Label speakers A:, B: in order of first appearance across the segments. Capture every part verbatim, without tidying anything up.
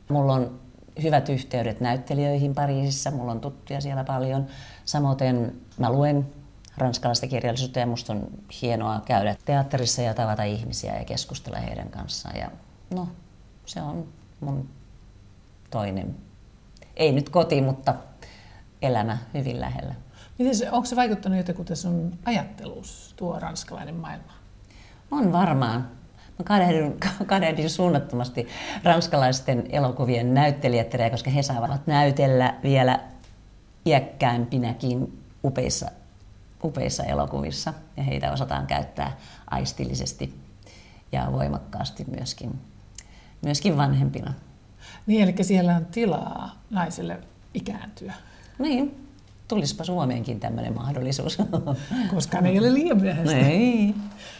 A: Mulla on hyvät yhteydet näyttelijöihin Pariisissa, mulla on tuttuja siellä paljon. Samoin mä luen ranskalaista kirjallisuutta ja musta on hienoa käydä teatterissa ja tavata ihmisiä ja keskustella heidän kanssaan. Ja no, se on mun toinen, ei nyt koti, mutta elämä hyvin lähellä.
B: Miten se, onko se vaikuttanut jotenkin sun ajattelussa, tuo ranskalainen maailma?
A: On varmaan. Mä kadehdin, kadehdin suunnattomasti ranskalaisten elokuvien näyttelijätterejä, koska he saavat näytellä vielä iäkkäämpinäkin upeissa, upeissa elokuvissa. Ja heitä osataan käyttää aistillisesti ja voimakkaasti myöskin, myöskin vanhempina.
B: Niin, eli siellä on tilaa naiselle ikääntyä.
A: Niin, tulispa Suomeenkin tämmöinen mahdollisuus.
B: Koska ne ei ole liian myöhäistä.
A: Ei.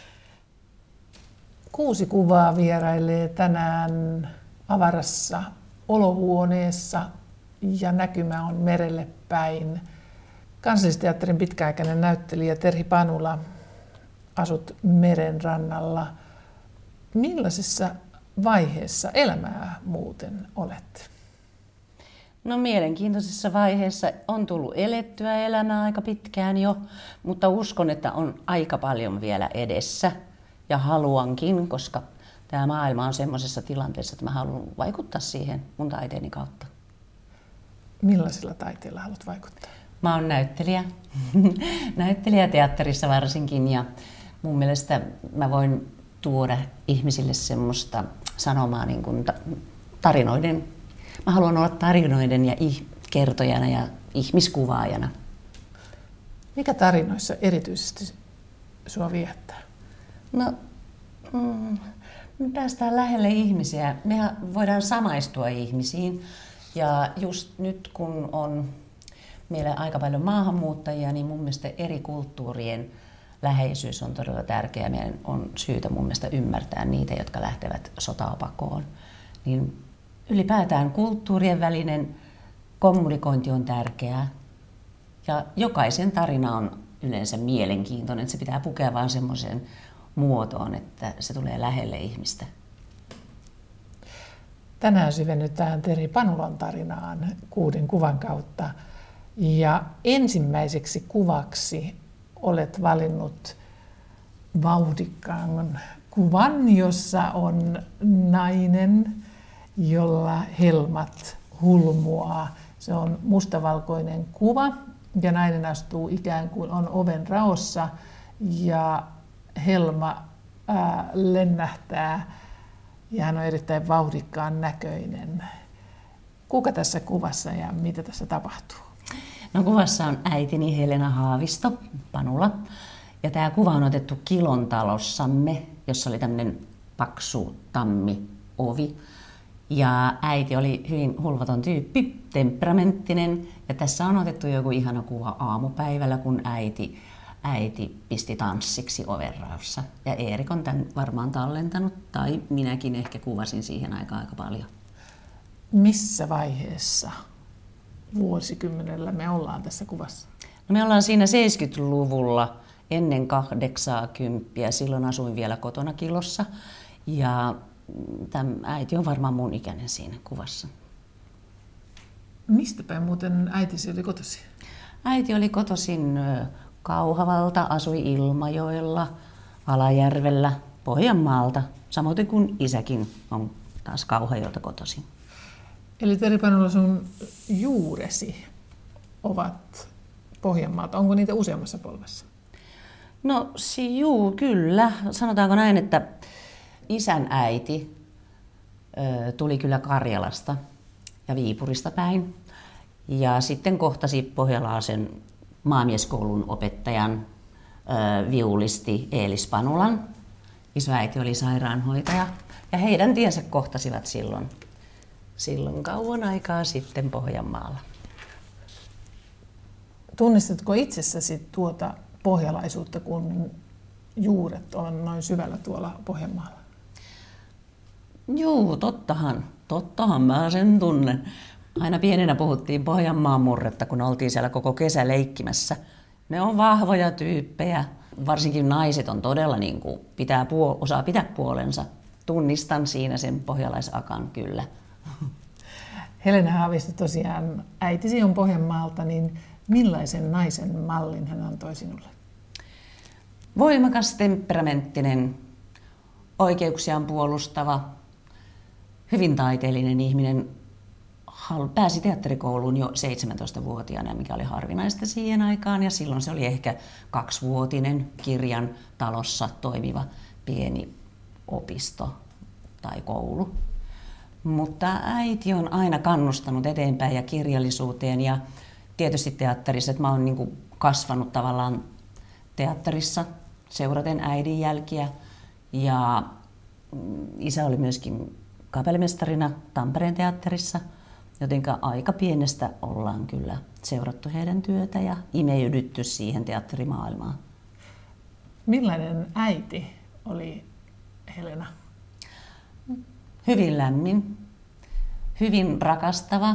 B: Kuusi kuvaa vierailee tänään avarassa olohuoneessa ja näkymä on merelle päin. Kansallisteatterin pitkäaikainen näyttelijä Terhi Panula, asut meren rannalla. Millaisessa vaiheessa elämää muuten olet?
A: No mielenkiintoisessa vaiheessa on tullut elettyä elämää aika pitkään jo, mutta uskon, että on aika paljon vielä edessä. Ja haluankin, koska tämä maailma on semmoisessa tilanteessa, että mä haluan vaikuttaa siihen mun taiteeni kautta.
B: Millaisilla taiteilla haluat vaikuttaa?
A: Mä oon näyttelijä, näyttelijä teatterissa varsinkin, ja mun mielestä mä voin tuoda ihmisille semmoista sanomaa niin kuin tarinoiden. Mä haluan olla tarinoiden ja kertojana ja ihmiskuvaajana.
B: Mikä tarinoissa erityisesti sua viehättää?
A: No, mm, me päästään lähelle ihmisiä. Me voidaan samaistua ihmisiin. Ja just nyt kun on meillä aika paljon maahanmuuttajia, niin mun mielestä eri kulttuurien läheisyys on todella tärkeää. Meidän on syytä mun mielestä ymmärtää niitä, jotka lähtevät sotapakoon. Niin ylipäätään kulttuurien välinen kommunikointi on tärkeää. Ja jokaisen tarina on yleensä mielenkiintoinen, että se pitää pukea vaan semmoiseen muotoon, että se tulee lähelle ihmistä.
B: Tänään syvennytään Terhi Panulan tarinaan kuuden kuvan kautta. Ja ensimmäiseksi kuvaksi olet valinnut vauhdikkaan kuvan, jossa on nainen, jolla helmat hulmuaa. Se on mustavalkoinen kuva ja nainen astuu ikään kuin on oven raossa ja helma ää, lennähtää ja hän on erittäin vauhdikkaan näköinen. Kuka tässä kuvassa ja mitä tässä tapahtuu?
A: No, kuvassa on äitini Helena Haavisto, Panula. Ja tämä kuva on otettu Kilon talossamme, jossa oli tämmöinen paksu tammiovi. Ja äiti oli hyvin hulvaton tyyppi, temperamenttinen. Ja tässä on otettu joku ihana kuva aamupäivällä, kun äiti, äiti pisti tanssiksi ovenraossa. Ja Eerik on tämän varmaan tallentanut, tai minäkin ehkä kuvasin siihen aikaan aika paljon.
B: Missä vaiheessa vuosikymmenellä me ollaan tässä kuvassa?
A: No, me ollaan siinä seitsemänkymmentäluvulla ennen kahdeksankymmentä. Silloin asuin vielä kotona Kilossa. Ja tämä äiti on varmaan mun ikäinen siinä kuvassa.
B: Mistä päin muuten äitisi oli kotoisin?
A: Äiti oli kotoisin Kauhavalta, asui Ilmajoella, Alajärvellä, Pohjanmaalta, samoin kuin isäkin on taas Kauhajoelta kotoisin.
B: Eli Terhi Panula, sun juuresi ovat Pohjanmaalta. Onko niitä useammassa polvessa?
A: No juu, kyllä. Sanotaanko näin, että isän äiti ö, tuli kyllä Karjalasta ja Viipurista päin. Ja sitten kohtasi Pohjalaisen maamieskoulun opettajan ö, viulisti Eelis Panulan. Isoäiti oli sairaanhoitaja ja heidän tiensä kohtasivat silloin, silloin kauan aikaa sitten Pohjanmaalla.
B: Tunnistatko itsessäsi tuota pohjalaisuutta, kun juuret on noin syvällä tuolla Pohjanmaalla?
A: Juu, tottahan. Tottahan mä sen tunnen. Aina pienenä puhuttiin Pohjanmaan murretta, kun oltiin siellä koko kesä leikkimässä. Ne on vahvoja tyyppejä. Varsinkin naiset on todella niin kuin pitää puol- osaa pitää puolensa. Tunnistan siinä sen pohjalaisakan kyllä.
B: Helena Haavisto, tosiaan äitisi on Pohjanmaalta, niin millaisen naisen mallin hän antoi sinulle?
A: Voimakas, temperamenttinen, oikeuksiaan puolustava, hyvin taiteellinen ihminen. Pääsi teatterikouluun jo seitsemäntoistavuotiaana, mikä oli harvinaista siihen aikaan. Ja silloin se oli ehkä kaksivuotinen kirjan talossa toimiva pieni opisto tai koulu. Mutta äiti on aina kannustanut eteenpäin ja kirjallisuuteen ja tietysti teatterissa. Että mä oon niin kuin kasvanut tavallaan teatterissa seuraten äidin jälkiä. Ja isä oli myöskin kapellimestarina Tampereen teatterissa. Jotenka aika pienestä ollaan kyllä seurattu heidän työtä ja imeydytty siihen teatterimaailmaan.
B: Millainen äiti oli Helena?
A: Hyvin lämmin, hyvin rakastava.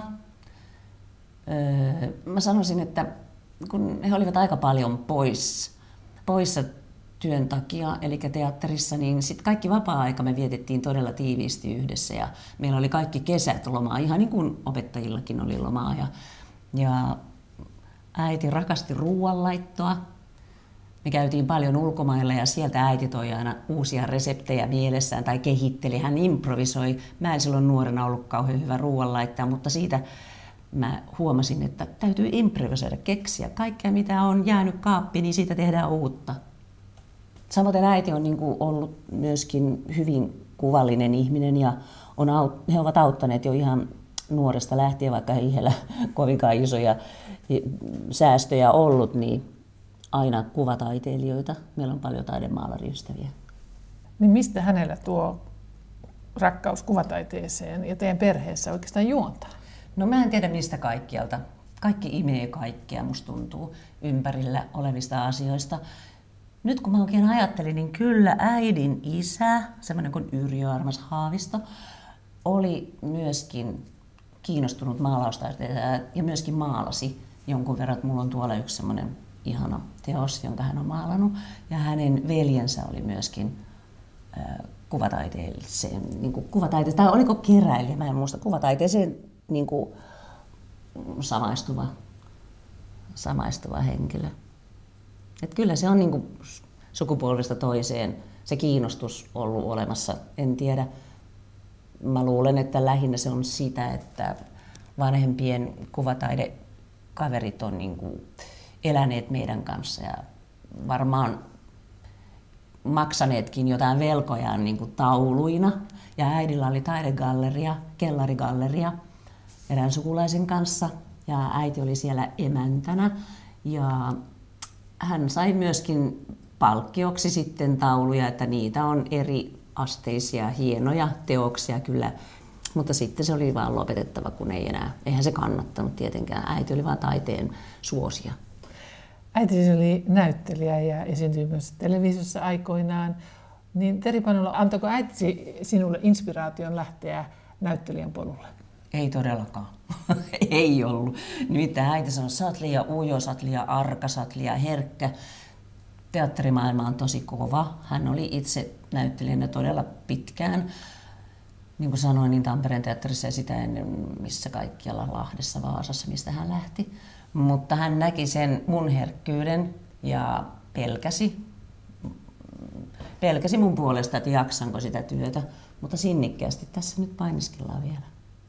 A: Öö, mä sanoisin, että kun he olivat aika paljon pois, poissa työn takia, eli teatterissa, niin sit kaikki vapaa-aika me vietettiin todella tiiviisti yhdessä ja meillä oli kaikki kesät lomaa, ihan niin kuin opettajillakin oli lomaa. Ja, ja äiti rakasti ruoanlaittoa. Me käytiin paljon ulkomailla ja sieltä äiti toi aina uusia reseptejä mielessään tai kehitteli. Hän improvisoi. Mä en silloin nuorena ollut kauhean hyvä ruoanlaittaja, mutta siitä mä huomasin, että täytyy improvisoida, keksiä. Kaikkea mitä on jäänyt kaappiin, niin siitä tehdään uutta. Samoin äiti on niin kuin ollut myöskin hyvin kuvallinen ihminen ja on, he ovat auttaneet jo ihan nuoresta lähtien, vaikka ei heillä kovinkaan isoja säästöjä ollut, niin aina kuvataiteilijoita. Meillä on paljon taidemaalariystäviä.
B: Niin mistä hänellä tuo rakkaus kuvataiteeseen ja teidän perheessä oikeastaan juontaa?
A: No mä en tiedä mistä kaikkialta. Kaikki imee kaikkea, musta tuntuu, ympärillä olevista asioista. Nyt kun mä oikein ajattelin, niin kyllä äidin isä, semmoinen kuin Yrjö Armas Haavisto, oli myöskin kiinnostunut maalaustaiteesta ja myöskin maalasi jonkun verran. Mulla on tuolla yksi semmoinen ihana teos, jonka hän on maalannut. Ja hänen veljensä oli myöskin äh, kuvataiteeseen, niin kuin kuvataiteeseen, tai oliko keräilijä, mä en muista, kuvataiteeseen niin kuin samaistuva, samaistuva henkilö. Että kyllä se on niin kuin sukupolvesta toiseen se kiinnostus ollut olemassa. En tiedä. Mä luulen, että lähinnä se on sitä, että vanhempien kuvataidekaverit on niin kuin eläneet meidän kanssa ja varmaan maksaneetkin jotain velkojaan niin kuin tauluina. Ja äidillä oli taidegalleria, kellarigalleria erään sukulaisen kanssa ja äiti oli siellä emäntänä. Ja hän sai myöskin palkkioksi sitten tauluja, että niitä on eri asteisia hienoja teoksia kyllä, mutta sitten se oli vaan lopetettava, kun ei enää, eihän se kannattanut tietenkään. Äiti oli vaan taiteen suosia.
B: Äiti oli näyttelijä ja esiintyi myös televisiossa aikoinaan. Niin Teri Panula, antoiko äiti sinulle inspiraation lähteä näyttelijän polulle?
A: Ei todellakaan. Ei ollut. Nimittäin äiti sanoi, että sä oot liian ujo, sä oot liian arka, sä oot liian herkkä. Teatterimaailma on tosi kova. Hän oli itse näyttelijänä todella pitkään. Niin kuin sanoin, niin Tampereen teatterissa ja sitä ennen missä kaikkialla Lahdessa, Vaasassa, mistä hän lähti. Mutta hän näki sen mun herkkyyden ja pelkäsi, pelkäsi mun puolesta, että jaksanko sitä työtä. Mutta sinnikkäästi tässä nyt painiskellaan vielä.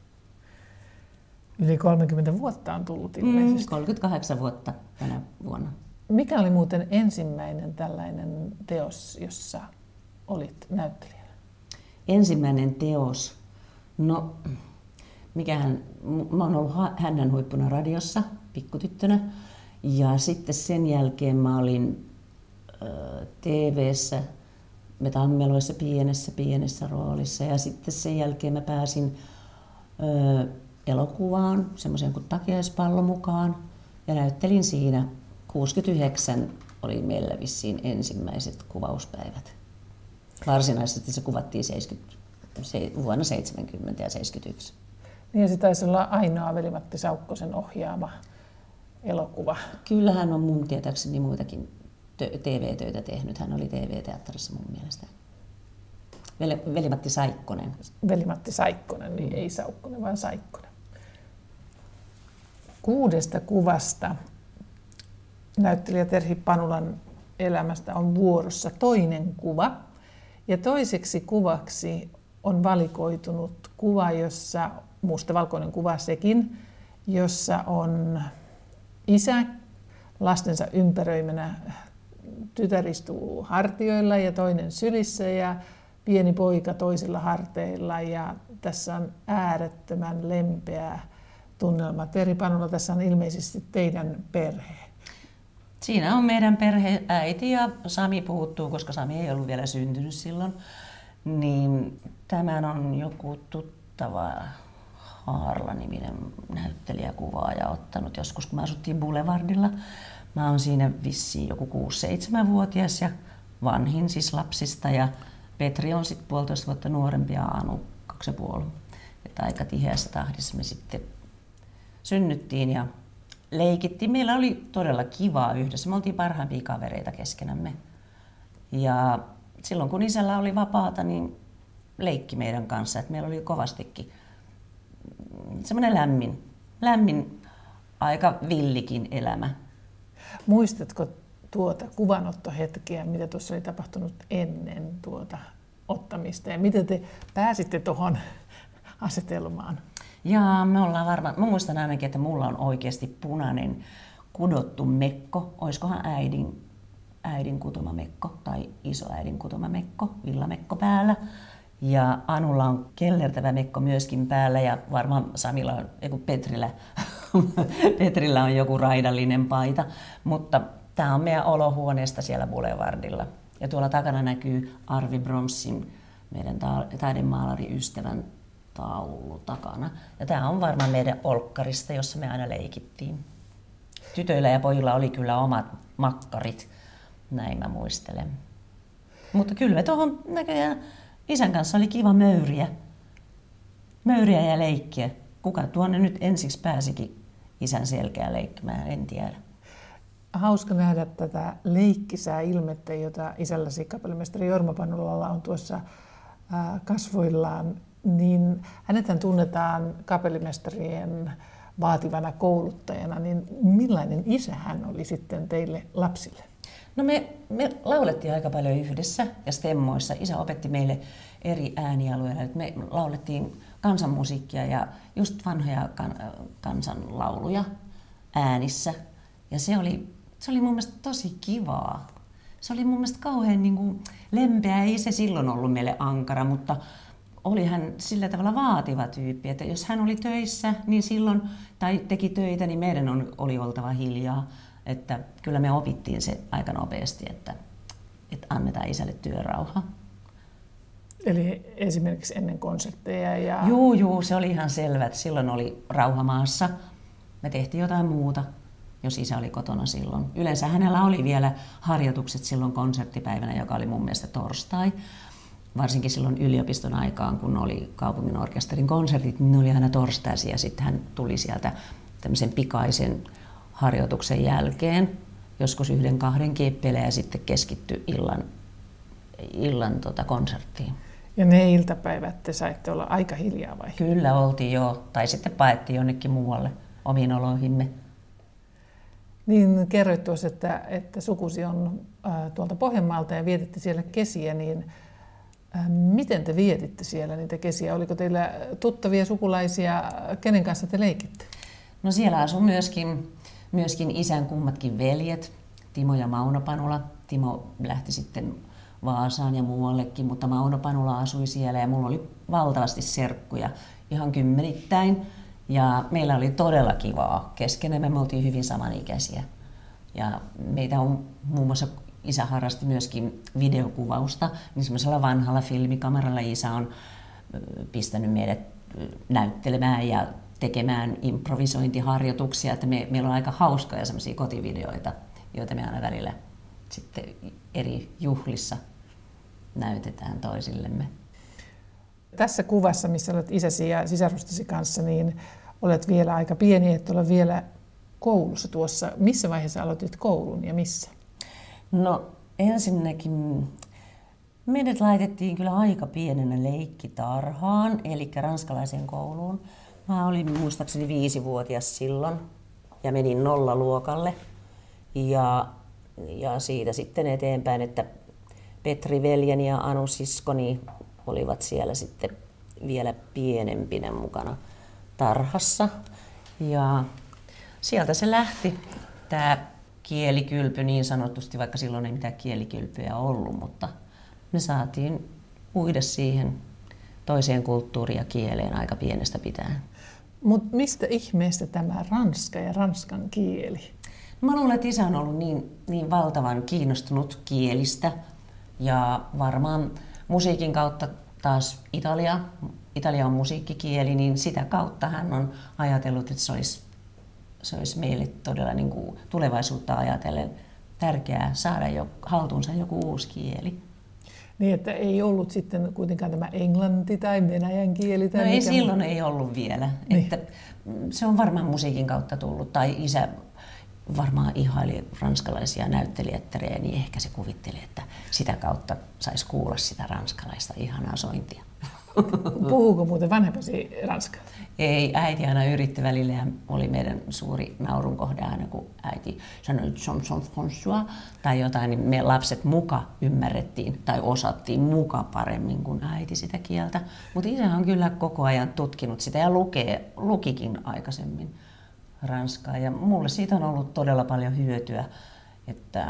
B: Yli kolmekymmentä vuotta on tullut ilmeisesti.
A: Mm, kolmekymmentäkahdeksan vuotta tänä vuonna.
B: Mikä oli muuten ensimmäinen tällainen teos, jossa olit näyttelijänä?
A: Ensimmäinen teos? No, mikähän, mä oon ollut Hännän huippuna radiossa pikkutyttönä. Ja sitten sen jälkeen mä olin äh, T V:ssä, me Tammeloissa pienessä, pienessä roolissa. Ja sitten sen jälkeen mä pääsin äh, elokuvaan, semmoiseen kuin Takiaispallo mukaan. Ja näyttelin siinä. kuusikymmentäyhdeksän oli meillä vissiin ensimmäiset kuvauspäivät. Varsinaisesti se kuvattiin seitsemänkymmentä, vuonna seitsemänkymmentä ja seitsemänkymmentäyksi.
B: Niin ja se taisi olla ainoa Veli-Matti Saukkosen ohjaama elokuva.
A: Kyllä hän on mun tietääkseni muitakin T V-töitä tehnyt. Hän oli T V-teatterissa mun mielestä. Veli-Matti Saikkonen.
B: Veli-Matti Saikkonen, niin ei Saukkonen, vaan Saikkonen. kuudesta kuvasta näyttelijä Terhi Panulan elämästä on vuorossa toinen kuva. Ja toiseksi kuvaksi on valikoitunut kuva, jossa, mustavalkoinen kuva sekin, jossa on isä lastensa ympäröimänä, tytär istuu hartioilla ja toinen sylissä ja pieni poika toisilla harteilla. Ja tässä on äärettömän lempeä tunnelma. Terhi Panula, tässä on ilmeisesti teidän perhe.
A: Siinä on meidän perhe, äiti ja Sami puuttuu, koska Sami ei ollut vielä syntynyt silloin. Niin tämän on joku tuttava Haarla-niminen näyttelijäkuvaaja ottanut joskus, kun me asuttiin Boulevardilla. Mä oon siinä vissiin joku kuusi-seitsemänvuotias ja vanhin siis lapsista. Ja Petri on sitten puolitoista vuotta nuorempi ja Anu kaksi ja puoli. Että aika tiheässä tahdissa me sitten synnyttiin ja leikittiin. Meillä oli todella kivaa yhdessä. Me oltiin parhaimpia kavereita keskenämme. Ja silloin kun isällä oli vapaata, niin leikki meidän kanssa. Et meillä oli kovastikin semmoinen lämmin, lämmin, aika villikin elämä.
B: Muistatko tuota kuvanottohetkeä, mitä tuossa oli tapahtunut ennen tuota ottamista ja miten te pääsitte tuohon asetelmaan?
A: Jaa, me ollaan varmaan, mä muistan ainakin, että mulla on oikeasti punainen kudottu mekko. Oiskohan äidin, äidin kutoma mekko tai isoäidin kutoma mekko, villamekko päällä. Ja Anulla on kellertävä mekko myöskin päällä ja varmaan Samilla on, eiku Petrillä, Petrillä on joku raidallinen paita. Mutta tämä on meidän olohuoneesta siellä Boulevardilla. Ja tuolla takana näkyy Arvi Bronssin, meidän taidemaalariystävän taulu takana. Ja tämä on varmaan meidän olkkarista, jossa me aina leikittiin. Tytöillä ja pojilla oli kyllä omat makkarit, näin mä muistelen. Mutta kyllä me tuohon näköjään isän kanssa oli kiva möyriä. Möyriä ja leikkiä. Kuka tuonne nyt ensiksi pääsikin isän selkään leikkimään, en tiedä.
B: Hauska nähdä tätä leikkisää ilmettä, jota isälläsi kapellimestari Jorma Panulalla on tuossa kasvoillaan. Niin hänethän tunnetaan kapellimestarien vaativana kouluttajana, niin millainen isä hän oli sitten teille lapsille?
A: No me, me laulettiin aika paljon yhdessä ja stemmoissa. Isä opetti meille eri äänialueilla. Me laulettiin kansanmusiikkia ja just vanhoja kan, kansanlauluja äänissä. Ja se oli, se oli mun mielestä tosi kivaa. Se oli mun mielestä kauhean niin kuin lempeä. Ei se silloin ollut meille ankara, mutta oli hän sillä tavalla vaativa tyyppi, että jos hän oli töissä niin silloin, tai teki töitä, niin meidän on, oli oltava hiljaa. Että kyllä me opittiin se aika nopeasti, että, että annetaan isälle työrauha.
B: Eli esimerkiksi ennen konsertteja? Ja...
A: Juu, juu, se oli ihan selvä, että silloin oli rauha maassa. Me tehtiin jotain muuta, jos isä oli kotona silloin. Yleensä hänellä oli vielä harjoitukset silloin konserttipäivänä, joka oli mun mielestä torstai. Varsinkin silloin yliopiston aikaan, kun oli kaupungin orkesterin konsertit, niin ne oli aina torstaisin ja sitten hän tuli sieltä tämmöisen pikaisen harjoituksen jälkeen, joskus yhden kahden kieppeillä ja sitten keskittyi illan, illan tota konserttiin.
B: Ja ne iltapäivät te saitte olla aika hiljaa vai?
A: Kyllä oltiin joo, tai sitten paettiin jonnekin muualle omiin oloihimme.
B: Niin kerroit tuossa, että, että sukusi on äh, tuolta Pohjanmaalta ja vietitte siellä kesiä, niin äh, miten te vietitte siellä niitä kesiä? Oliko teillä tuttavia sukulaisia, kenen kanssa te leikitte?
A: No siellä asui myöskin, myöskin isän kummatkin veljet, Timo ja Mauno Panula. Timo lähti sitten Vaasaan ja muuallekin, mutta Mauno Panula asui siellä ja mulla oli valtavasti serkkuja, ihan kymmenittäin. Ja meillä oli todella kivaa keskenämme, me oltiin hyvin samanikäisiä. Ja meitä on muun muassa, isä harrasti myöskin videokuvausta, niin semmoisella vanhalla filmikameralla isä on pistänyt meidät näyttelemään ja tekemään improvisointiharjoituksia, että me, meillä on aika hauskoja semmoisia kotivideoita, joita me aina välillä sitten eri juhlissa näytetään toisillemme.
B: Tässä kuvassa, missä olet isäsi ja sisarustasi kanssa, niin olet vielä aika pieni, et ole vielä koulussa tuossa. Missä vaiheessa aloitit koulun ja missä?
A: No ensinnäkin meidät laitettiin kyllä aika pienenä leikkitarhaan, eli ranskalaiseen kouluun. Mä olin muistaakseni viisivuotias silloin, ja menin nollaluokalle. Ja, ja siitä sitten eteenpäin, että Petri veljeni ja Anu siskoni olivat siellä sitten vielä pienempinä mukana tarhassa. Ja sieltä se lähti, tämä kielikylpy niin sanotusti, vaikka silloin ei mitään kielikylpyjä ollut, mutta me saatiin uida siihen toiseen kulttuuriin ja kieleen aika pienestä pitäen.
B: Mutta mistä ihmeestä tämä ranska ja ranskan kieli?
A: Mä luulen, että isä on ollut niin, niin valtavan kiinnostunut kielistä ja varmaan musiikin kautta taas Italia. Italia on musiikkikieli, niin sitä kautta hän on ajatellut, että se olisi, se olisi meille todella niin kuin tulevaisuutta ajatellen tärkeää saada jo haltuunsa joku uusi kieli.
B: Niin, että ei ollut sitten kuitenkaan tämä englanti tai venäjän kieli? Tai
A: no ei
B: mikä
A: silloin
B: mu-
A: ei ollut vielä.
B: Niin.
A: Että se on varmaan musiikin kautta tullut. Tai isä varmaan ihaili ranskalaisia näyttelijättäriä, niin ehkä se kuvitteli, että sitä kautta saisi kuulla sitä ranskalaista ihanaa sointia.
B: Puhuuko muuten vanhempasi ranskaa?
A: Ei, äiti aina yritti välillä ja oli meidän suuri naurun kohde aina, kun äiti sanoi chanson François tai jotain, niin me lapset muka ymmärrettiin tai osattiin muka paremmin kuin äiti sitä kieltä. Mutta isä on kyllä koko ajan tutkinut sitä ja lukee, lukikin aikaisemmin ranskaa ja mulle siitä on ollut todella paljon hyötyä, että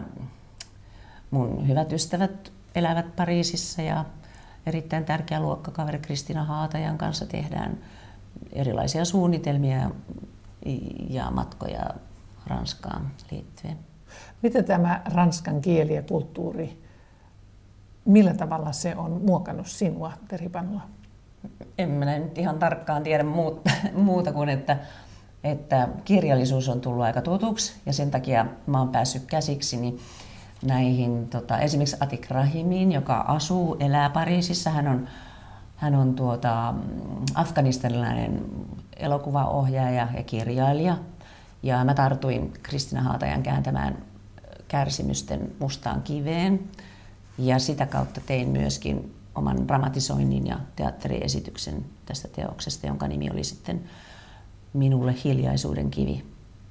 A: mun hyvät ystävät elävät Pariisissa ja erittäin tärkeä luokkakaveri Kristiina Haatajan kanssa tehdään erilaisia suunnitelmia ja matkoja Ranskaan liittyen.
B: Miten tämä ranskan kieli ja kulttuuri, millä tavalla se on muokannut sinua, Terhi Panula?
A: En minä nyt ihan tarkkaan tiedä muuta kuin, että, että kirjallisuus on tullut aika tutuksi ja sen takia mä oon päässyt käsikseni näihin, tota, esimerkiksi Atik Rahimiin, joka asuu, elää Pariisissa. Hän on, hän on tuota, afganistanilainen elokuvaohjaaja ja kirjailija. Ja mä tartuin Kristiina Haatajan kääntämään Kärsimysten mustaan kiveen. Ja sitä kautta tein myöskin oman dramatisoinnin ja teatteriesityksen tästä teoksesta, jonka nimi oli sitten Minulle hiljaisuuden kivi,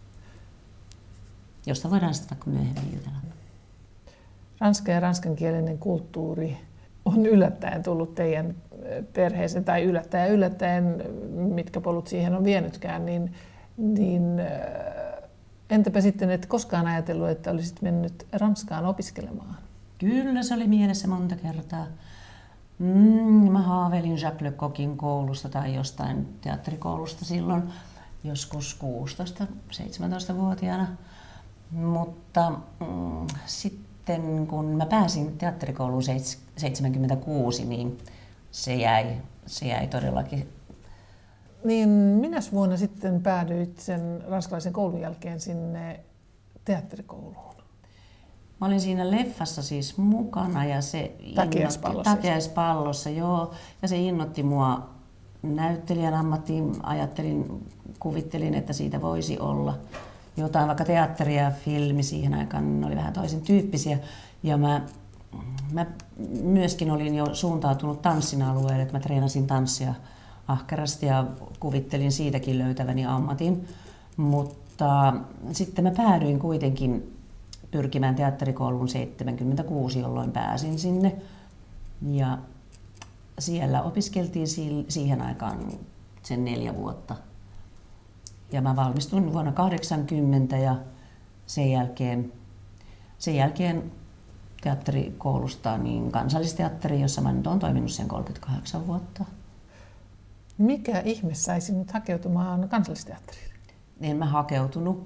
A: josta voidaan sitten vaikka myöhemmin jutella.
B: Ranska ja ranskankielinen kulttuuri on yllättäen tullut teidän perheeseen, tai yllättäen yllättäen, mitkä polut siihen on vienytkään, niin, niin entäpä sitten, et koskaan ajatellut, että olisit mennyt Ranskaan opiskelemaan?
A: Kyllä, se oli mielessä monta kertaa. Mm, mä haaveilin Jacques Lecoqin koulusta tai jostain teatterikoulusta silloin, joskus kuusitoista-seitsemäntoista-vuotiaana, mutta mm, sitten Sitten kun mä pääsin teatterikouluun seitsemänkymmentäkuusi, niin se jäi, se jäi todellakin.
B: Niin minäs vuonna sitten päädyit sen ranskalaisen koulun jälkeen sinne teatterikouluun?
A: Mä olin siinä leffassa siis mukana ja se
B: Takiaispallossa.
A: Takiaispallossa, joo. Ja se innoitti mua näyttelijän ammattiin. Ajattelin, kuvittelin, että siitä voisi olla jotain, vaikka teatteri ja filmi siihen aikaan ne oli vähän toisen tyyppisiä. Ja mä, mä myöskin olin jo suuntautunut tanssin alueelle, että mä treenasin tanssia ahkerasti ja kuvittelin siitäkin löytäväni ammatin. Mutta sitten mä päädyin kuitenkin pyrkimään teatterikouluun seitsemänkymmentäkuusi, jolloin pääsin sinne. Ja siellä opiskeltiin siihen aikaan sen neljä vuotta. Ja mä valmistuin vuonna kahdeksankymmentä ja sen jälkeen, sen jälkeen teatterikoulusta niin Kansallisteatteri, jossa mä nyt olen toiminut sen kolmekymmentäkahdeksan vuotta.
B: Mikä ihme sai sinut hakeutumaan Kansallisteatteriin?
A: En mä hakeutunut.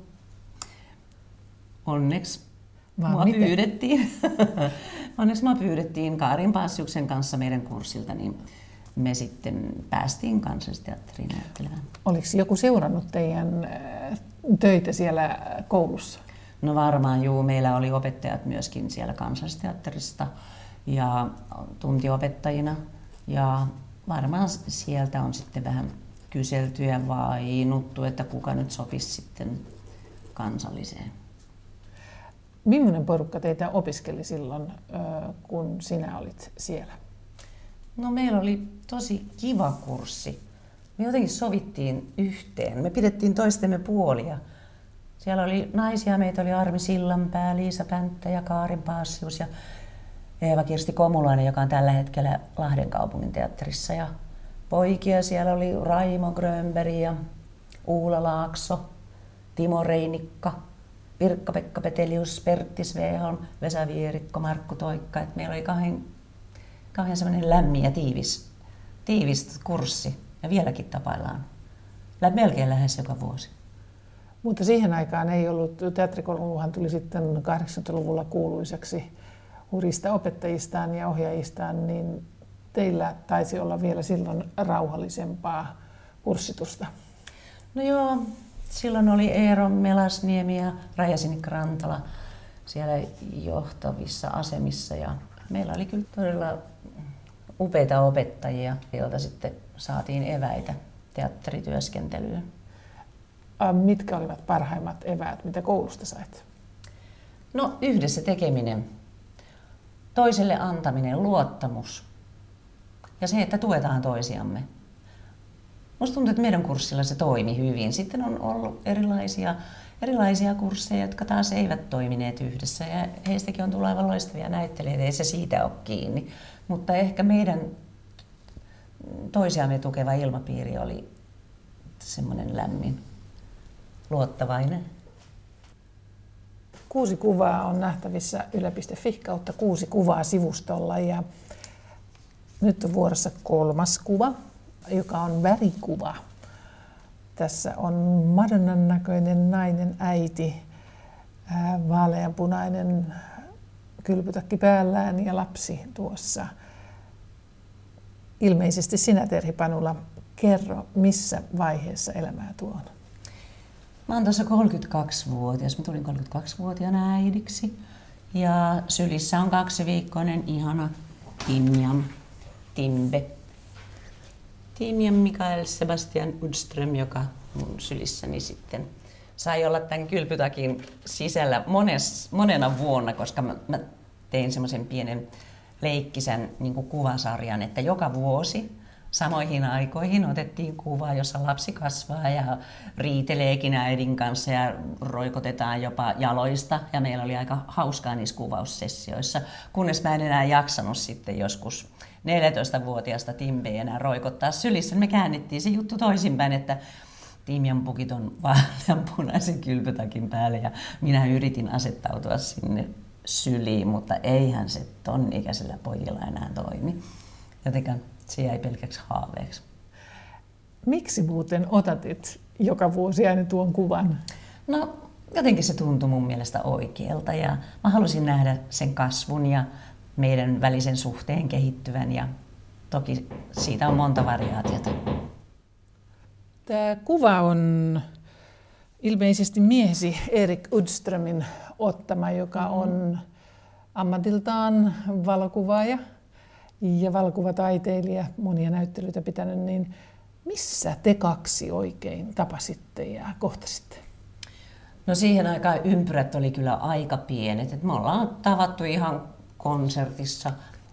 A: Onneksi
B: Vaan
A: mua
B: miten?
A: pyydettiin. Onneksi mua pyydettiin Kaarin Paasiuksen kanssa meidän kurssilta, niin me sitten päästiin Kansallisteatteriin näyttelemään.
B: Oliko joku seurannut teidän töitä siellä koulussa?
A: No varmaan juu, meillä oli opettajat myöskin siellä Kansallisteatterista ja tuntiopettajina. Ja varmaan sieltä on sitten vähän kyselty ja vainuttu, että kuka nyt sopisi sitten Kansalliseen.
B: Millainen porukka teitä opiskeli silloin, kun sinä olit siellä?
A: No meillä oli tosi kiva kurssi. Me jotenkin sovittiin yhteen. Me pidettiin toistemme puolia. Siellä oli naisia, meitä oli Armi Sillanpää, Liisa Pänttä ja Kaarin Paassius ja Eeva-Kirsti Komulainen, joka on tällä hetkellä Lahden kaupungin teatterissa. Ja poikia siellä oli Raimo Grönberg ja Uula Laakso, Timo Reinikka, Pirkka-Pekka Petelius, Pertti Sveholm, Vesa Vierikko, Markku Toikka. Et meillä oli kahden, kahden semmoinen lämmin ja tiivis, tiivis kurssi ja vieläkin tapaillaan. Melkein lähes joka vuosi.
B: Mutta siihen aikaan ei ollut, teatterikouluhan tuli sitten kahdeksankymmentäluvulla kuuluisaksi hurista opettajistaan ja ohjaajistaan, niin teillä taisi olla vielä silloin rauhallisempaa kurssitusta.
A: No joo, silloin oli Eero Melasniemi ja Raija-Sinikka Rantala siellä johtavissa asemissa ja meillä oli kyllä todella upeita opettajia, joilta sitten saatiin eväitä teatterityöskentelyyn.
B: Mitkä olivat parhaimmat eväät, mitä koulusta sait?
A: No yhdessä tekeminen, toiselle antaminen, luottamus ja se, että tuetaan toisiamme. Musta tuntuu, että meidän kurssilla se toimi hyvin. Sitten on ollut erilaisia, erilaisia kursseja, jotka taas eivät toimineet yhdessä ja heistäkin on tullut aivan loistavia näyttelijöitä, ei se siitä ole kiinni. Mutta ehkä meidän toisiamme tukeva ilmapiiri oli semmoinen lämmin, luottavainen.
B: Kuusi kuvaa on nähtävissä yle piste fi kautta kuusi kuvaa sivustolla ja nyt on vuorossa kolmas kuva, joka on värikuva. Tässä on Madonnan näköinen nainen, äiti, vaaleanpunainen kylpytakki päällään ja lapsi tuossa. Ilmeisesti sinä, Terhi Panula, kerro, missä vaiheessa elämää tuo on?
A: Mä oon tuossa kolmekymmentäkaksivuotias. Mä tulin kolmekymmentäkaksivuotiaana äidiksi. Ja sylissä on kaksiviikkoinen ihana Timjan, Timbe. Timjan Mikael Sebastian Udström, joka mun sylissäni sitten sai olla tämän kylpytakin sisällä mones, monena vuonna, koska mä, mä tein semmoisen pienen leikkisen niin kuin kuvasarjan, että joka vuosi samoihin aikoihin otettiin kuva, jossa lapsi kasvaa ja riiteleekin äidin kanssa ja roikotetaan jopa jaloista. Ja meillä oli aika hauskaa niissä kuvaussessioissa, kunnes mä en enää jaksanut sitten joskus neljätoistavuotiaasta Timpeä enää roikottaa sylissä. Me käännettiin se juttu toisinpäin, että Timjan pukit on vaaleanpunaisen kylpytakin päälle ja minä yritin asettautua sinne syliin, mutta eihän se ton ikäisellä pojilla enää toimi. Jotenkin se jäi pelkäksi haaveeksi.
B: Miksi muuten otatit joka vuosi aina tuon kuvan?
A: No jotenkin se tuntui mun mielestä oikealta ja mä halusin nähdä sen kasvun ja meidän välisen suhteen kehittyvän ja toki siitä on monta variaatiota.
B: Tämä kuva on ilmeisesti miehesi Erik Udströmin ottama, joka on ammatiltaan valokuvaaja ja valokuvataiteilija, monia näyttelyitä pitänyt, niin missä te kaksi oikein tapasitte ja kohtasitte?
A: No siihen aikaan ympyrät oli kyllä aika pienet. Et me ollaan tavattu ihan konsertissa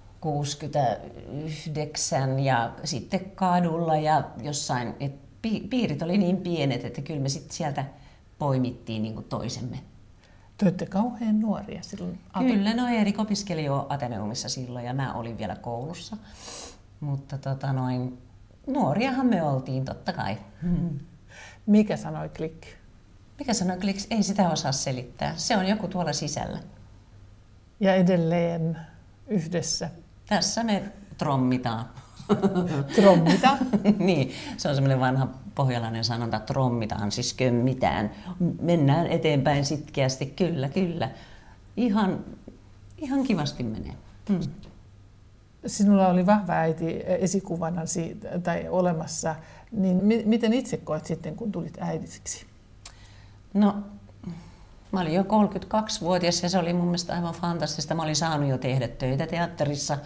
A: kuusikymmentäyhdeksän ja sitten kadulla ja jossain. Et piirit oli niin pienet, että kyllä me sitten sieltä poimittiin niin kuin toisemme.
B: Te olette kauhean nuoria silloin.
A: Kyllä, no Erik opiskeli jo Ateneumissa silloin ja mä olin vielä koulussa. Mutta tota noin, nuoriahan me oltiin totta kai.
B: Mikä sanoi klikki?
A: Mikä sanoi klikki? Ei sitä osaa selittää. Se on joku tuolla sisällä.
B: Ja edelleen yhdessä.
A: Tässä me trommitaan.
B: Trommita?
A: Niin, se on semmoinen vanha pohjalainen sanonta, trommitaan, siis kömmitään. Mennään eteenpäin sitkeästi, kyllä, kyllä. Ihan, ihan kivasti menee. Hmm.
B: Sinulla oli vahva äiti esikuvana siitä, tai olemassa, niin mi- miten itse koet sitten, kun tulit äidiksi?
A: No, mä olin jo kolmekymmentäkaksivuotias ja se oli mun mielestä aivan fantastista. Mä olin saanut jo tehdä töitä teatterissa.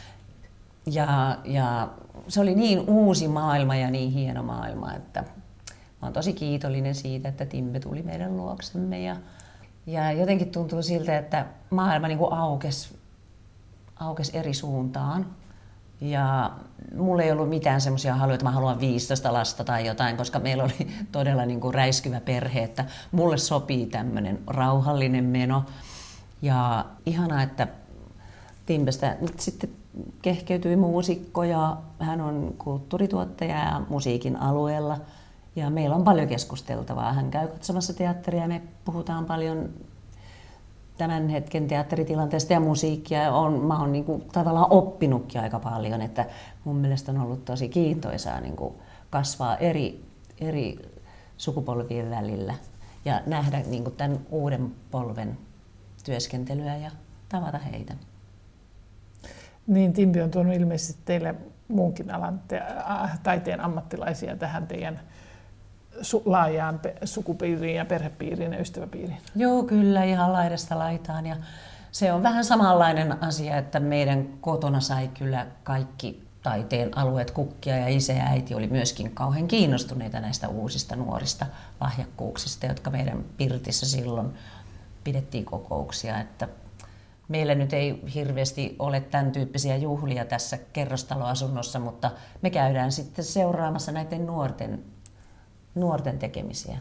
A: Ja, ja se oli niin uusi maailma ja niin hieno maailma, että mä oon tosi kiitollinen siitä, että Timpe tuli meidän luoksemme. Ja, ja jotenkin tuntuu siltä, että maailma niin kuin aukesi, aukesi eri suuntaan. Ja mulla ei ollut mitään semmoisia haluja, että mä haluan viisitoista lasta tai jotain, koska meillä oli todella niin kuin räiskyvä perhe, että mulle sopii tämmöinen rauhallinen meno. Ja ihanaa, että Timpestä nyt sitten kehkeytyi muusikko ja hän on kulttuurituottaja ja musiikin alueella. Ja meillä on paljon keskusteltavaa. Hän käy katsomassa teatteria ja me puhutaan paljon tämän hetken teatteritilanteesta ja musiikkia. On, mä oon niin kuin tavallaan oppinutkin aika paljon, että mun mielestä on ollut tosi kiintoisaa niin kuin kasvaa eri, eri sukupolvien välillä ja nähdä niin kuin tämän uuden polven työskentelyä ja tavata heitä.
B: Niin, Timpi on tuonut ilmeisesti teille muunkin alan te- taiteen ammattilaisia tähän teidän su- laajaan pe- sukupiiriin ja perhepiiriin ja ystäväpiiriin.
A: Joo, kyllä, ihan laidasta laitaan. Ja se on vähän samanlainen asia, että meidän kotona sai kyllä kaikki taiteen alueet kukkia ja isä ja äiti oli myöskin kauhean kiinnostuneita näistä uusista nuorista lahjakkuuksista, jotka meidän pirtissä silloin pidettiin kokouksia. Että meillä nyt ei hirveästi ole tämän tyyppisiä juhlia tässä kerrostaloasunnossa, mutta me käydään sitten seuraamassa näiden nuorten, nuorten tekemisiä.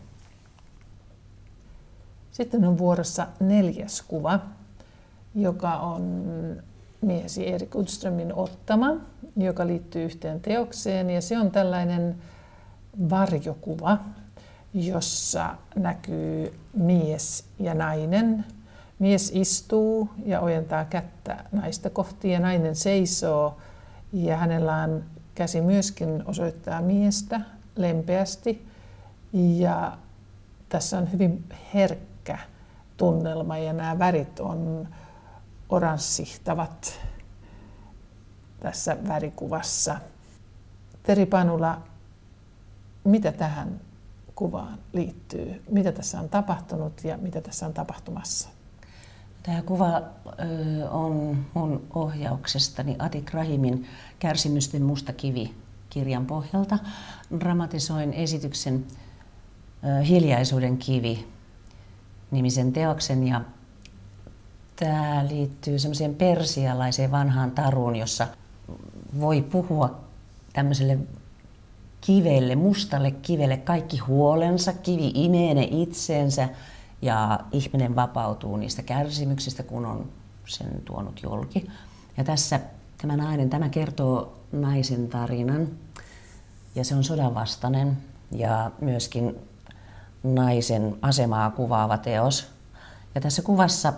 B: Sitten on vuorossa neljäs kuva, joka on miesi Erik Udströmin ottama, joka liittyy yhteen teokseen. Ja se on tällainen varjokuva, jossa näkyy mies ja nainen. Mies istuu ja ojentaa kättä naista kohti ja nainen seisoo ja hänellä on käsi myöskin osoittaa miestä lempeästi ja tässä on hyvin herkkä tunnelma ja nämä värit on oranssihtavat tässä värikuvassa. Teri Panula, mitä tähän kuvaan liittyy? Mitä tässä on tapahtunut ja mitä tässä on tapahtumassa?
A: Tämä kuva ö, on mun ohjauksestani Atik Rahimin Kärsimysten musta kivi -kirjan pohjalta. Dramatisoin esityksen ö, Hiljaisuuden kivi -nimisen teoksen ja tämä liittyy semmoiseen persialaiseen vanhaan taruun, jossa voi puhua tämmöiselle kivelle, mustalle kivelle kaikki huolensa, kivi imee ne itseensä ja ihminen vapautuu niistä kärsimyksistä, kun on sen tuonut julki. Ja tässä tämä nainen, tämä kertoo naisen tarinan ja se on sodanvastainen ja myöskin naisen asemaa kuvaava teos. Ja tässä kuvassa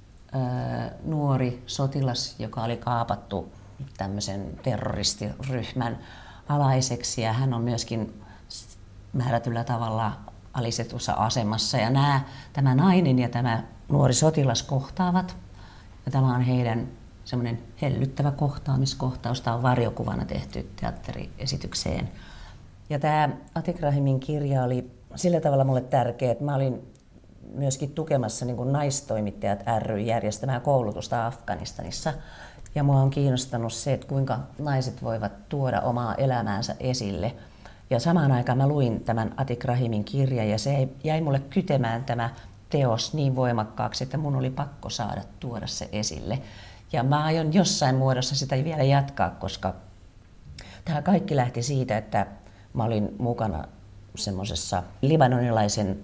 A: ää, nuori sotilas, joka oli kaapattu tämmöisen terroristiryhmän alaiseksi ja hän on myöskin määrätyllä tavalla alistetussa asemassa ja nämä, tämä nainen ja tämä nuori sotilas kohtaavat ja tämä on heidän semmoinen hellyttävä kohtaamiskohtaus. Tämä on varjokuvana tehty teatteriesitykseen. Ja tämä Atik Rahimin kirja oli sillä tavalla mulle tärkeä, että mä olin myöskin tukemassa niin kuin Naistoimittajat ry järjestämää koulutusta Afganistanissa. Ja mua on kiinnostanut se, että kuinka naiset voivat tuoda omaa elämäänsä esille. Ja samaan aikaan mä luin tämän Atik Rahimin kirjan ja se jäi mulle kytemään tämä teos niin voimakkaaksi, että mun oli pakko saada tuoda se esille. Ja mä aion jossain muodossa sitä vielä jatkaa, koska tämä kaikki lähti siitä, että mä olin mukana semmoisessa libanonilaisen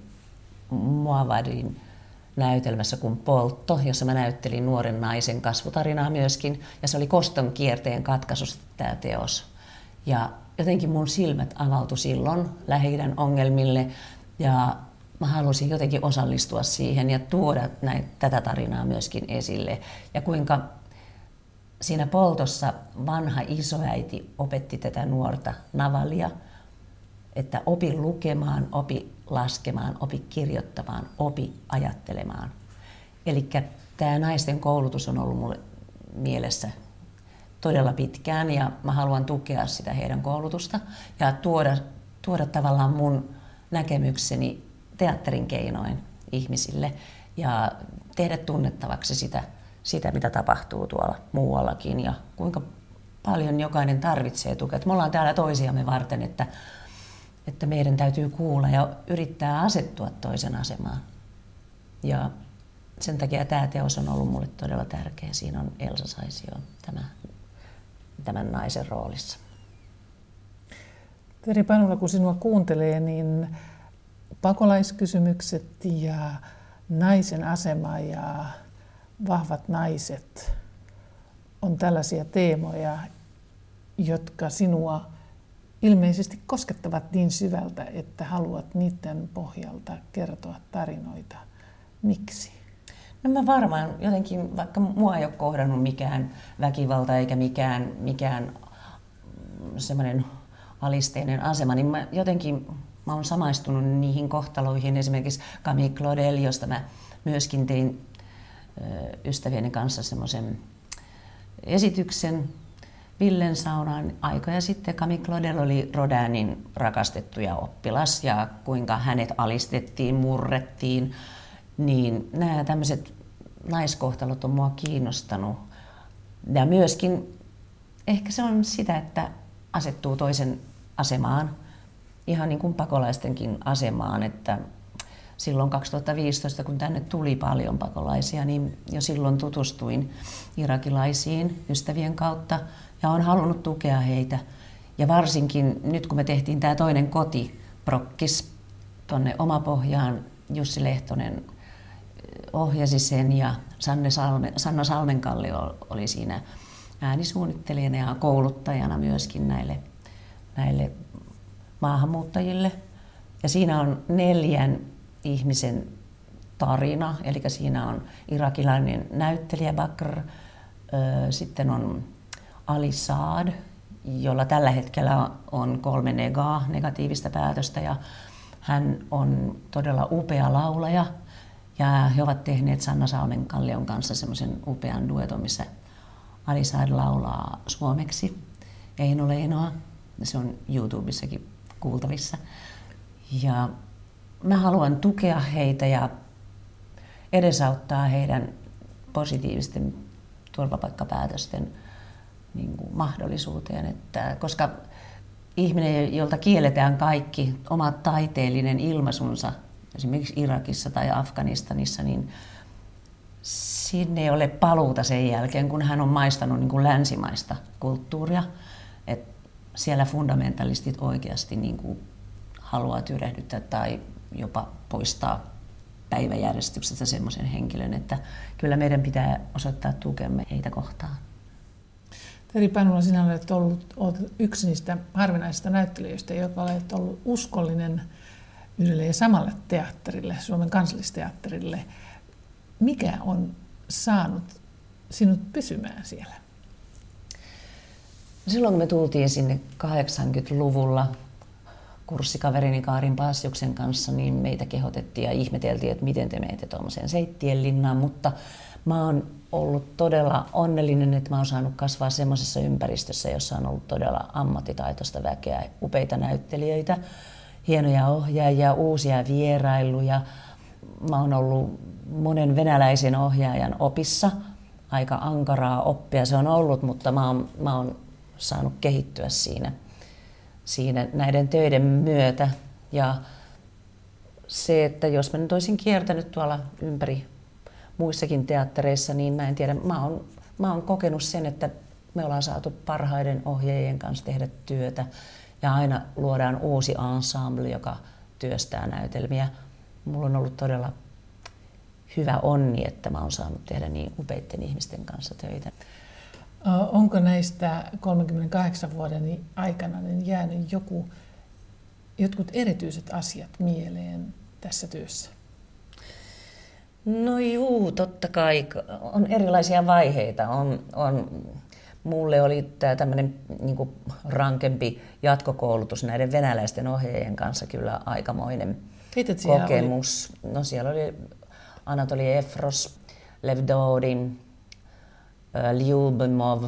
A: Muavadin näytelmässä kuin Poltto, jossa mä näyttelin nuoren naisen kasvutarinaa myöskin. Ja se oli koston kierteen katkaisusta tämä teos. Ja jotenkin mun silmät avautui silloin Lähi-idän ongelmille ja mä halusin jotenkin osallistua siihen ja tuoda näin, tätä tarinaa myöskin esille. Ja kuinka siinä Poltossa vanha isoäiti opetti tätä nuorta Navalia, että opi lukemaan, opi laskemaan, opi kirjoittamaan, opi ajattelemaan. Eli tämä naisten koulutus on ollut mulle mielessä todella pitkään ja mä haluan tukea sitä heidän koulutusta ja tuoda, tuoda tavallaan mun näkemykseni teatterin keinoin ihmisille ja tehdä tunnettavaksi sitä, sitä mitä tapahtuu tuolla muuallakin ja kuinka paljon jokainen tarvitsee tukea. Me ollaan täällä toisiamme varten, että, että meidän täytyy kuulla ja yrittää asettua toisen asemaan. Ja sen takia tämä teos on ollut mulle todella tärkeä. Siinä on Elsa Saisio tämä, tämän naisen roolissa.
B: Teri Panula, kun sinua kuuntelee, niin pakolaiskysymykset ja naisen asema ja vahvat naiset on tällaisia teemoja, jotka sinua ilmeisesti koskettavat niin syvältä, että haluat niiden pohjalta kertoa tarinoita. Miksi?
A: No mä varmaan jotenkin, vaikka mua ei ole kohdannut mikään väkivalta eikä mikään, mikään semmoinen alisteinen asema, niin mä jotenkin mä oon samaistunut niihin kohtaloihin. Esimerkiksi Camille Claudel, josta mä myöskin tein ystävieni kanssa semmoisen esityksen Villen saunaan aikoja sitten. Camille Claudel oli Rodinin rakastettuja oppilas ja kuinka hänet alistettiin, murrettiin. Niin nämä tämmöiset naiskohtalot on mua kiinnostanut. Ja myöskin ehkä se on sitä, että asettuu toisen asemaan, ihan niin kuin pakolaistenkin asemaan, että silloin kaksituhattaviisitoista, kun tänne tuli paljon pakolaisia, niin jo silloin tutustuin irakilaisiin ystävien kautta ja olen halunnut tukea heitä. Ja varsinkin nyt, kun me tehtiin tämä toinen koti, Prokkis, tuonne Omapohjaan, Jussi Lehtonen ohjasi sen ja Sanne Salme, Sanna Salmenkallio oli siinä äänisuunnittelijana ja kouluttajana myöskin näille, näille maahanmuuttajille. Ja siinä on neljän ihmisen tarina, eli siinä on irakilainen näyttelijä Bakr, sitten on Ali Saad, jolla tällä hetkellä on kolme negaa, negatiivista päätöstä, ja hän on todella upea laulaja. Ja he ovat tehneet Sanna Salmenkallion kanssa semmoisen upean dueton, missä Ali Saad laulaa suomeksi Eino Leinoa. Se on YouTubessakin kuultavissa. Ja mä haluan tukea heitä ja edesauttaa heidän positiivisten turvapaikkapäätösten niin kuin mahdollisuuteen. Että, koska ihminen, jolta kielletään kaikki oma taiteellinen ilmaisunsa, esimerkiksi Irakissa tai Afganistanissa, niin sinne ei ole paluuta sen jälkeen, kun hän on maistanut niin kuin länsimaista kulttuuria. Et siellä fundamentalistit oikeasti niin kuin haluaa tyrehdyttää tai jopa poistaa päiväjärjestyksestä semmoisen henkilön, että kyllä meidän pitää osoittaa tukemme heitä kohtaan.
B: Teri Panula, sinä olet ollut olet yksi niistä harvinaisista näyttelijöistä, joka olet ollut uskollinen yhdelle ja samalle teatterille, Suomen Kansallisteatterille. Mikä on saanut sinut pysymään siellä?
A: Silloin kun me tultiin sinne kahdeksankymmentäluvulla kurssikaverini Kaarin Paasjuksen kanssa, niin meitä kehotettiin ja ihmeteltiin, että miten te menette tuommoiseen Seittienlinnaan, mutta mä oon ollut todella onnellinen, että mä oon saanut kasvaa semmoisessa ympäristössä, jossa on ollut todella ammattitaitoista väkeä, upeita näyttelijöitä, hienoja ohjaajia, uusia vierailuja. Mä oon ollut monen venäläisen ohjaajan opissa, aika ankaraa oppia se on ollut, mutta mä oon, mä oon saanut kehittyä siinä, siinä näiden töiden myötä. Ja se, että jos mä nyt olisin kiertänyt tuolla ympäri muissakin teattereissa, niin mä en tiedä, mä oon, mä oon kokenut sen, että me ollaan saatu parhaiden ohjaajien kanssa tehdä työtä ja aina luodaan uusi ensemble, joka työstää näytelmiä. Mulla on ollut todella hyvä onni, että mä oon saanut tehdä niin upeitten ihmisten kanssa töitä.
B: Onko näistä kolmenkymmenenkahdeksan vuoden aikana niin jäänyt joku, jotkut erityiset asiat mieleen tässä työssä?
A: No juu, totta kai. On erilaisia vaiheita. On, on, mulle oli tämä tämmöinen niin rankempi jatkokoulutus näiden venäläisten ohjaajien kanssa kyllä aikamoinen kokemus. Oli? No siellä oli Anatoli Efros, Lev Dodin, Lyubimov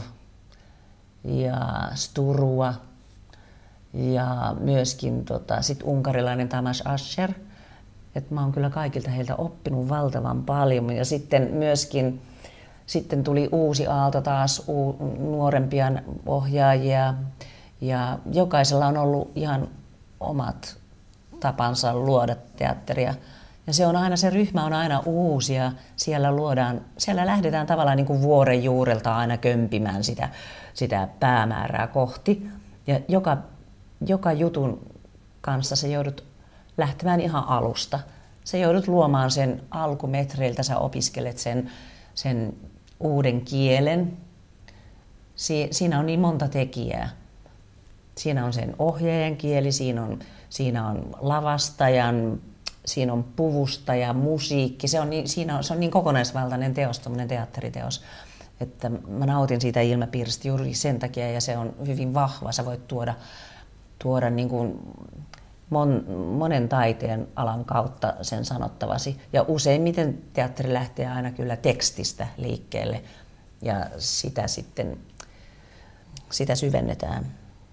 A: ja Sturua ja myöskin tota, sit unkarilainen Tamas Ascher. Et mä oon kyllä kaikilta heiltä oppinut valtavan paljon ja sitten myöskin sitten tuli uusi aalto taas u, nuorempia ohjaajia ja jokaisella on ollut ihan omat tapansa luoda teatteria. Ja se on aina, se ryhmä on aina uusi ja siellä luodaan, siellä lähdetään tavallaan niin kuin vuoren juurelta aina kömpimään sitä, sitä päämäärää kohti. Ja joka joka jutun kanssa sä joudut lähtemään ihan alusta. Sä joudut luomaan sen alkumetreiltä, sä opiskelet sen, sen uuden kielen. Si- siinä on niin monta tekijää. Siinä on sen ohjaajan kieli, siinä on, siinä on lavastajan, siinä on puvustaja, musiikki. Se on niin, siinä on, se on niin kokonaisvaltainen teos, tommoinen teatteriteos, että mä nautin siitä ilmapiiristä juuri sen takia, ja se on hyvin vahva. Sä voit tuoda, tuoda niin kuin mon, monen taiteen alan kautta sen sanottavasi. Ja useimmiten teatteri lähtee aina kyllä tekstistä liikkeelle, ja sitä sitten sitä syvennetään.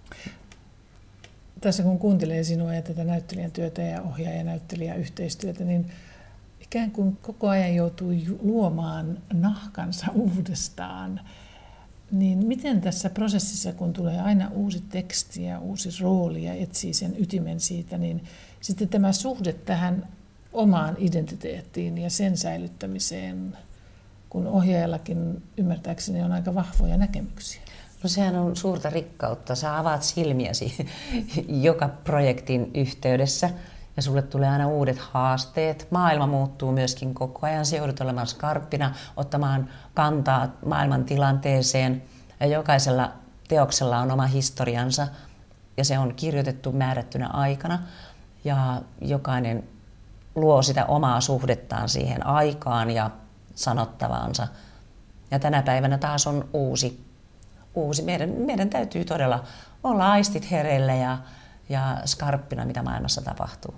B: Tässä kun kuuntelee sinua ja tätä näyttelijän työtä ja ohjaaja- ja näyttelijän yhteistyötä, niin ikään kuin koko ajan joutuu luomaan nahkansa uudestaan. Niin miten tässä prosessissa, kun tulee aina uusi teksti ja uusi rooli ja etsii sen ytimen siitä, niin sitten tämä suhde tähän omaan identiteettiin ja sen säilyttämiseen, kun ohjaajallakin ymmärtääkseni on aika vahvoja näkemyksiä?
A: No sehän on suurta rikkautta. Sä avaat silmiäsi joka projektin yhteydessä ja sulle tulee aina uudet haasteet. Maailma muuttuu myöskin koko ajan. Se joudut olemaan skarppina, ottamaan kantaa maailman tilanteeseen. Ja jokaisella teoksella on oma historiansa ja se on kirjoitettu määrättynä aikana. Ja jokainen luo sitä omaa suhdettaan siihen aikaan ja sanottavaansa. Ja tänä päivänä taas on uusi. Uusi. Meidän, meidän täytyy todella olla aistit hereillä ja, ja skarppina, mitä maailmassa tapahtuu.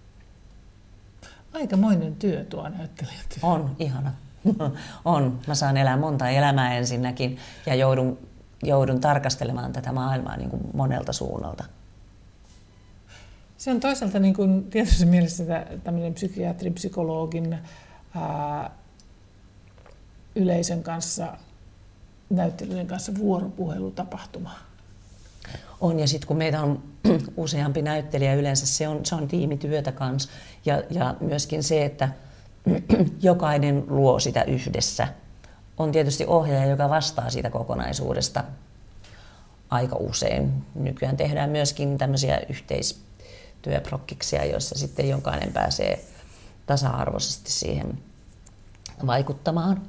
B: Aikamoinen työ tuo näyttelijätyö.
A: On, ihana. On. Mä saan elää monta elämää ensinnäkin ja joudun, joudun tarkastelemaan tätä maailmaa niin kuin monelta suunnalta.
B: Se on toisaalta niin kuin tietysti mielessä tämmöinen psykiatrin, psykologin ää, yleisön kanssa, näyttelyiden kanssa vuoropuhelutapahtuma.
A: On, ja sitten kun meitä on useampi näyttelijä yleensä, se on, se on tiimityötä kanssa. Ja, ja myöskin se, että jokainen luo sitä yhdessä. On tietysti ohjaaja, joka vastaa siitä kokonaisuudesta aika usein. Nykyään tehdään myöskin tämmöisiä yhteistyöprokkiksia, joissa sitten jokainen pääsee tasa-arvoisesti siihen vaikuttamaan.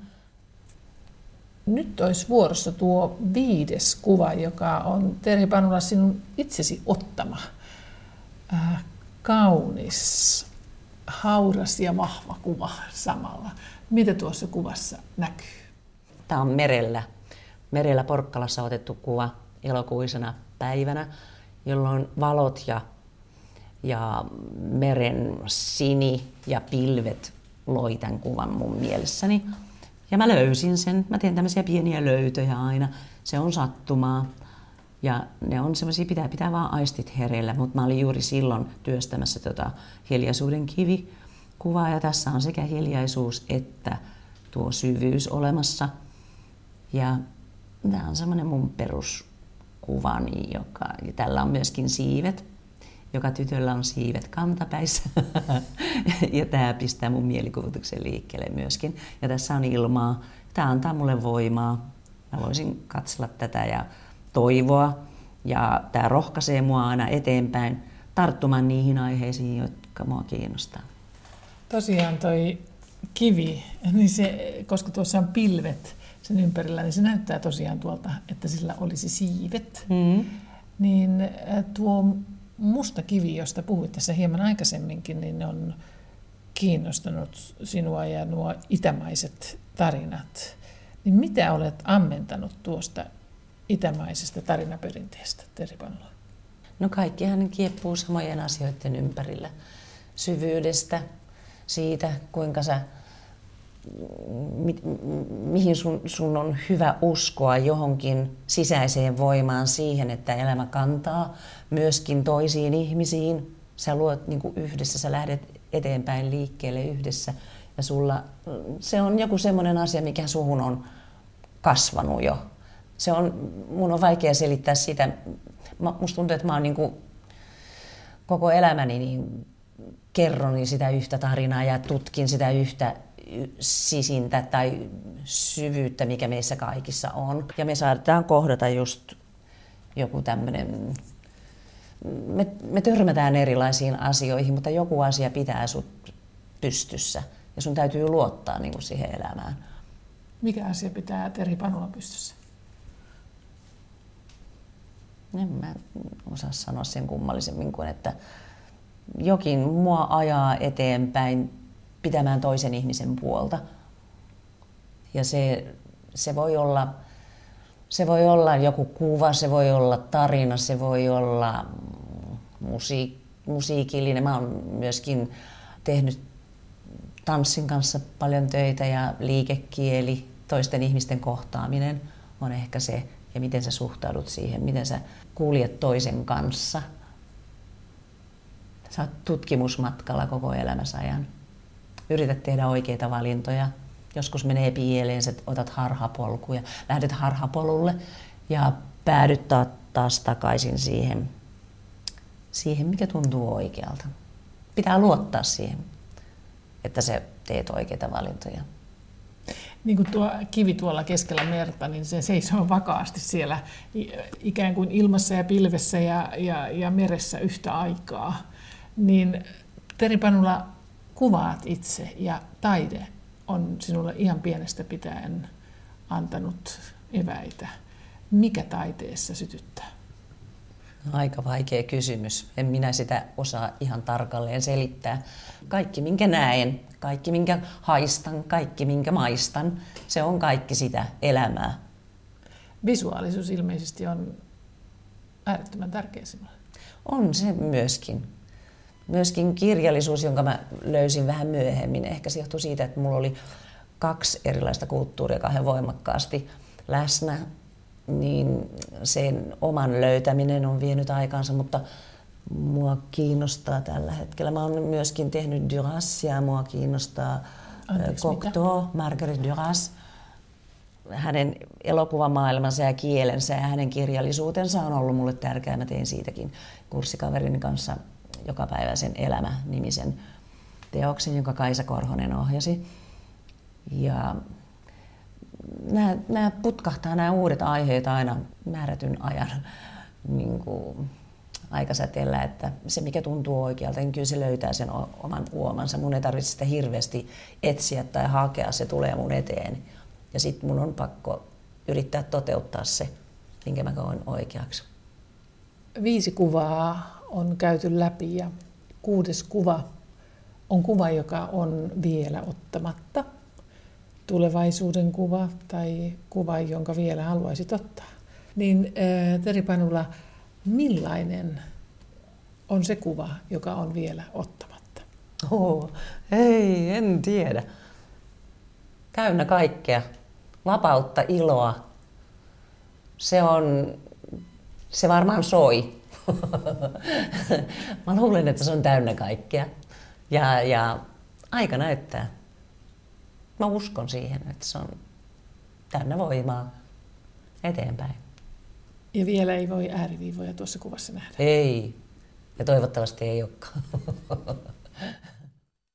B: Nyt olisi vuorossa tuo viides kuva, joka on Terhi Panula sinun itsesi ottama. Äh, kaunis, hauras ja vahva kuva samalla. Mitä tuossa kuvassa näkyy?
A: Tämä on merellä. Merellä Porkkalassa otettu kuva elokuisena päivänä, jolloin valot ja, ja meren sini ja pilvet loi tämän kuvan mun mielessäni. Ja mä löysin sen. Mä teen tämmöisiä pieniä löytöjä aina. Se on sattumaa. Ja ne on semmoisia, pitää pitää vaan aistit hereillä. Mutta mä olin juuri silloin työstämässä tota hiljaisuuden kivikuvaa. Ja tässä on sekä hiljaisuus että tuo syvyys olemassa. Ja tämä on semmoinen mun peruskuvani, joka, ja tällä on myöskin siivet. Joka tytöllä on siivet kantapäissä. Ja tämä pistää mun mielikuvituksen liikkeelle myöskin. Ja tässä on ilmaa. Tämä antaa mulle voimaa. Mä voisin katsella tätä ja toivoa. Ja tämä rohkaisee mua aina eteenpäin tarttumaan niihin aiheisiin, jotka mua kiinnostaa.
B: Tosiaan toi kivi, niin se, koska tuossa on pilvet sen ympärillä, niin se näyttää tosiaan tuolta, että sillä olisi siivet. Mm. Niin tuo musta kivi, josta puhuit tässä hieman aikaisemminkin, niin on kiinnostanut sinua ja nuo itämaiset tarinat. Niin mitä olet ammentanut tuosta itämaisesta tarinaperinteestä, Terhi Panula?
A: No kaikkihan kieppuu samojen asioiden ympärillä. Syvyydestä, siitä kuinka sä, mi, mihin sun, sun on hyvä uskoa johonkin sisäiseen voimaan siihen, että elämä kantaa myöskin toisiin ihmisiin. Sä luot niin kuin yhdessä, sä lähdet eteenpäin liikkeelle yhdessä ja sulla, se on joku semmoinen asia, mikä suhun on kasvanut jo. Se on, mun on vaikea selittää sitä. Musta tuntuu, että mä oon niin kuin koko elämäni niin kerron sitä yhtä tarinaa ja tutkin sitä yhtä sisintä tai syvyyttä, mikä meissä kaikissa on. Ja me saadaan kohdata just joku tämmöinen me, me törmätään erilaisiin asioihin, mutta joku asia pitää sut pystyssä ja sun täytyy luottaa niin kuin siihen elämään.
B: Mikä asia pitää Teri Panula pystyssä?
A: En mä osaa sanoa sen kummallisemmin kuin, että jokin mua ajaa eteenpäin pitämään toisen ihmisen puolta. Ja se, se, voi olla, se voi olla joku kuva, se voi olla tarina, se voi olla musiik, musiikillinen. Mä oon myöskin tehnyt tanssin kanssa paljon töitä ja liikekieli, toisten ihmisten kohtaaminen on ehkä se, ja miten sä suhtaudut siihen, miten sä kuljet toisen kanssa. Sä oot tutkimusmatkalla koko elämässä ajan. Yrität tehdä oikeita valintoja. Joskus menee pieleen, sä otat harhapolkuja, lähdet harhapolulle ja päädyt taas takaisin siihen, siihen, mikä tuntuu oikealta. Pitää luottaa siihen, että sä teet oikeita valintoja.
B: Niin kuin tuo kivi tuolla keskellä merta, niin se seisoo vakaasti siellä ikään kuin ilmassa ja pilvessä ja, ja, ja meressä yhtä aikaa. Niin Teri Panula, kuvaat itse ja taide on sinulle ihan pienestä pitäen antanut eväitä. Mikä taiteessa sytyttää?
A: Aika vaikea kysymys. En minä sitä osaa ihan tarkalleen selittää. Kaikki minkä näen, kaikki minkä haistan, kaikki minkä maistan, se on kaikki sitä elämää.
B: Visuaalisuus ilmeisesti on äärettömän tärkeä sinulle.
A: On se myöskin. Myöskin kirjallisuus, jonka mä löysin vähän myöhemmin. Ehkä se johtui siitä, että mulla oli kaksi erilaista kulttuuria kauhean voimakkaasti läsnä. Niin sen oman löytäminen on vienyt aikansa, mutta mua kiinnostaa tällä hetkellä. Mä oon myöskin tehnyt Durasia, mua kiinnostaa
B: Anteeksi,
A: Cocteau, Marguerite Duras. Hänen elokuvamaailmansa ja kielensä ja hänen kirjallisuutensa on ollut mulle tärkeää. Mä tein siitäkin kurssikaverin kanssa Jokapäiväisen elämä-nimisen teoksen, jonka Kaisa Korhonen ohjasi. Ja nämä, nämä putkahtaa nämä uudet aiheet aina määrätyn ajan niin kuin aikasäteellä, että se mikä tuntuu oikealta, niin kyllä se löytää sen oman uomansa. Mun ei tarvitse sitä hirveästi etsiä tai hakea, se tulee mun eteen. Ja sitten mun on pakko yrittää toteuttaa se, minkä mä koen oikeaksi.
B: Viisi kuvaa on käyty läpi ja kuudes kuva on kuva, joka on vielä ottamatta. Tulevaisuuden kuva tai kuva, jonka vielä haluaisit ottaa. Niin Teri Panula, millainen on se kuva, joka on vielä ottamatta?
A: Oh, ei, en tiedä. Täynnä kaikkea. Vapautta, iloa. Se on, se varmaan soi. Mä luulen, että se on täynnä kaikkea. Ja, ja aika näyttää. Mä uskon siihen, että se on täynnä voimaa eteenpäin.
B: Ja vielä ei voi ääriviivoja tuossa kuvassa nähdä.
A: Ei. Ja toivottavasti ei olekaan.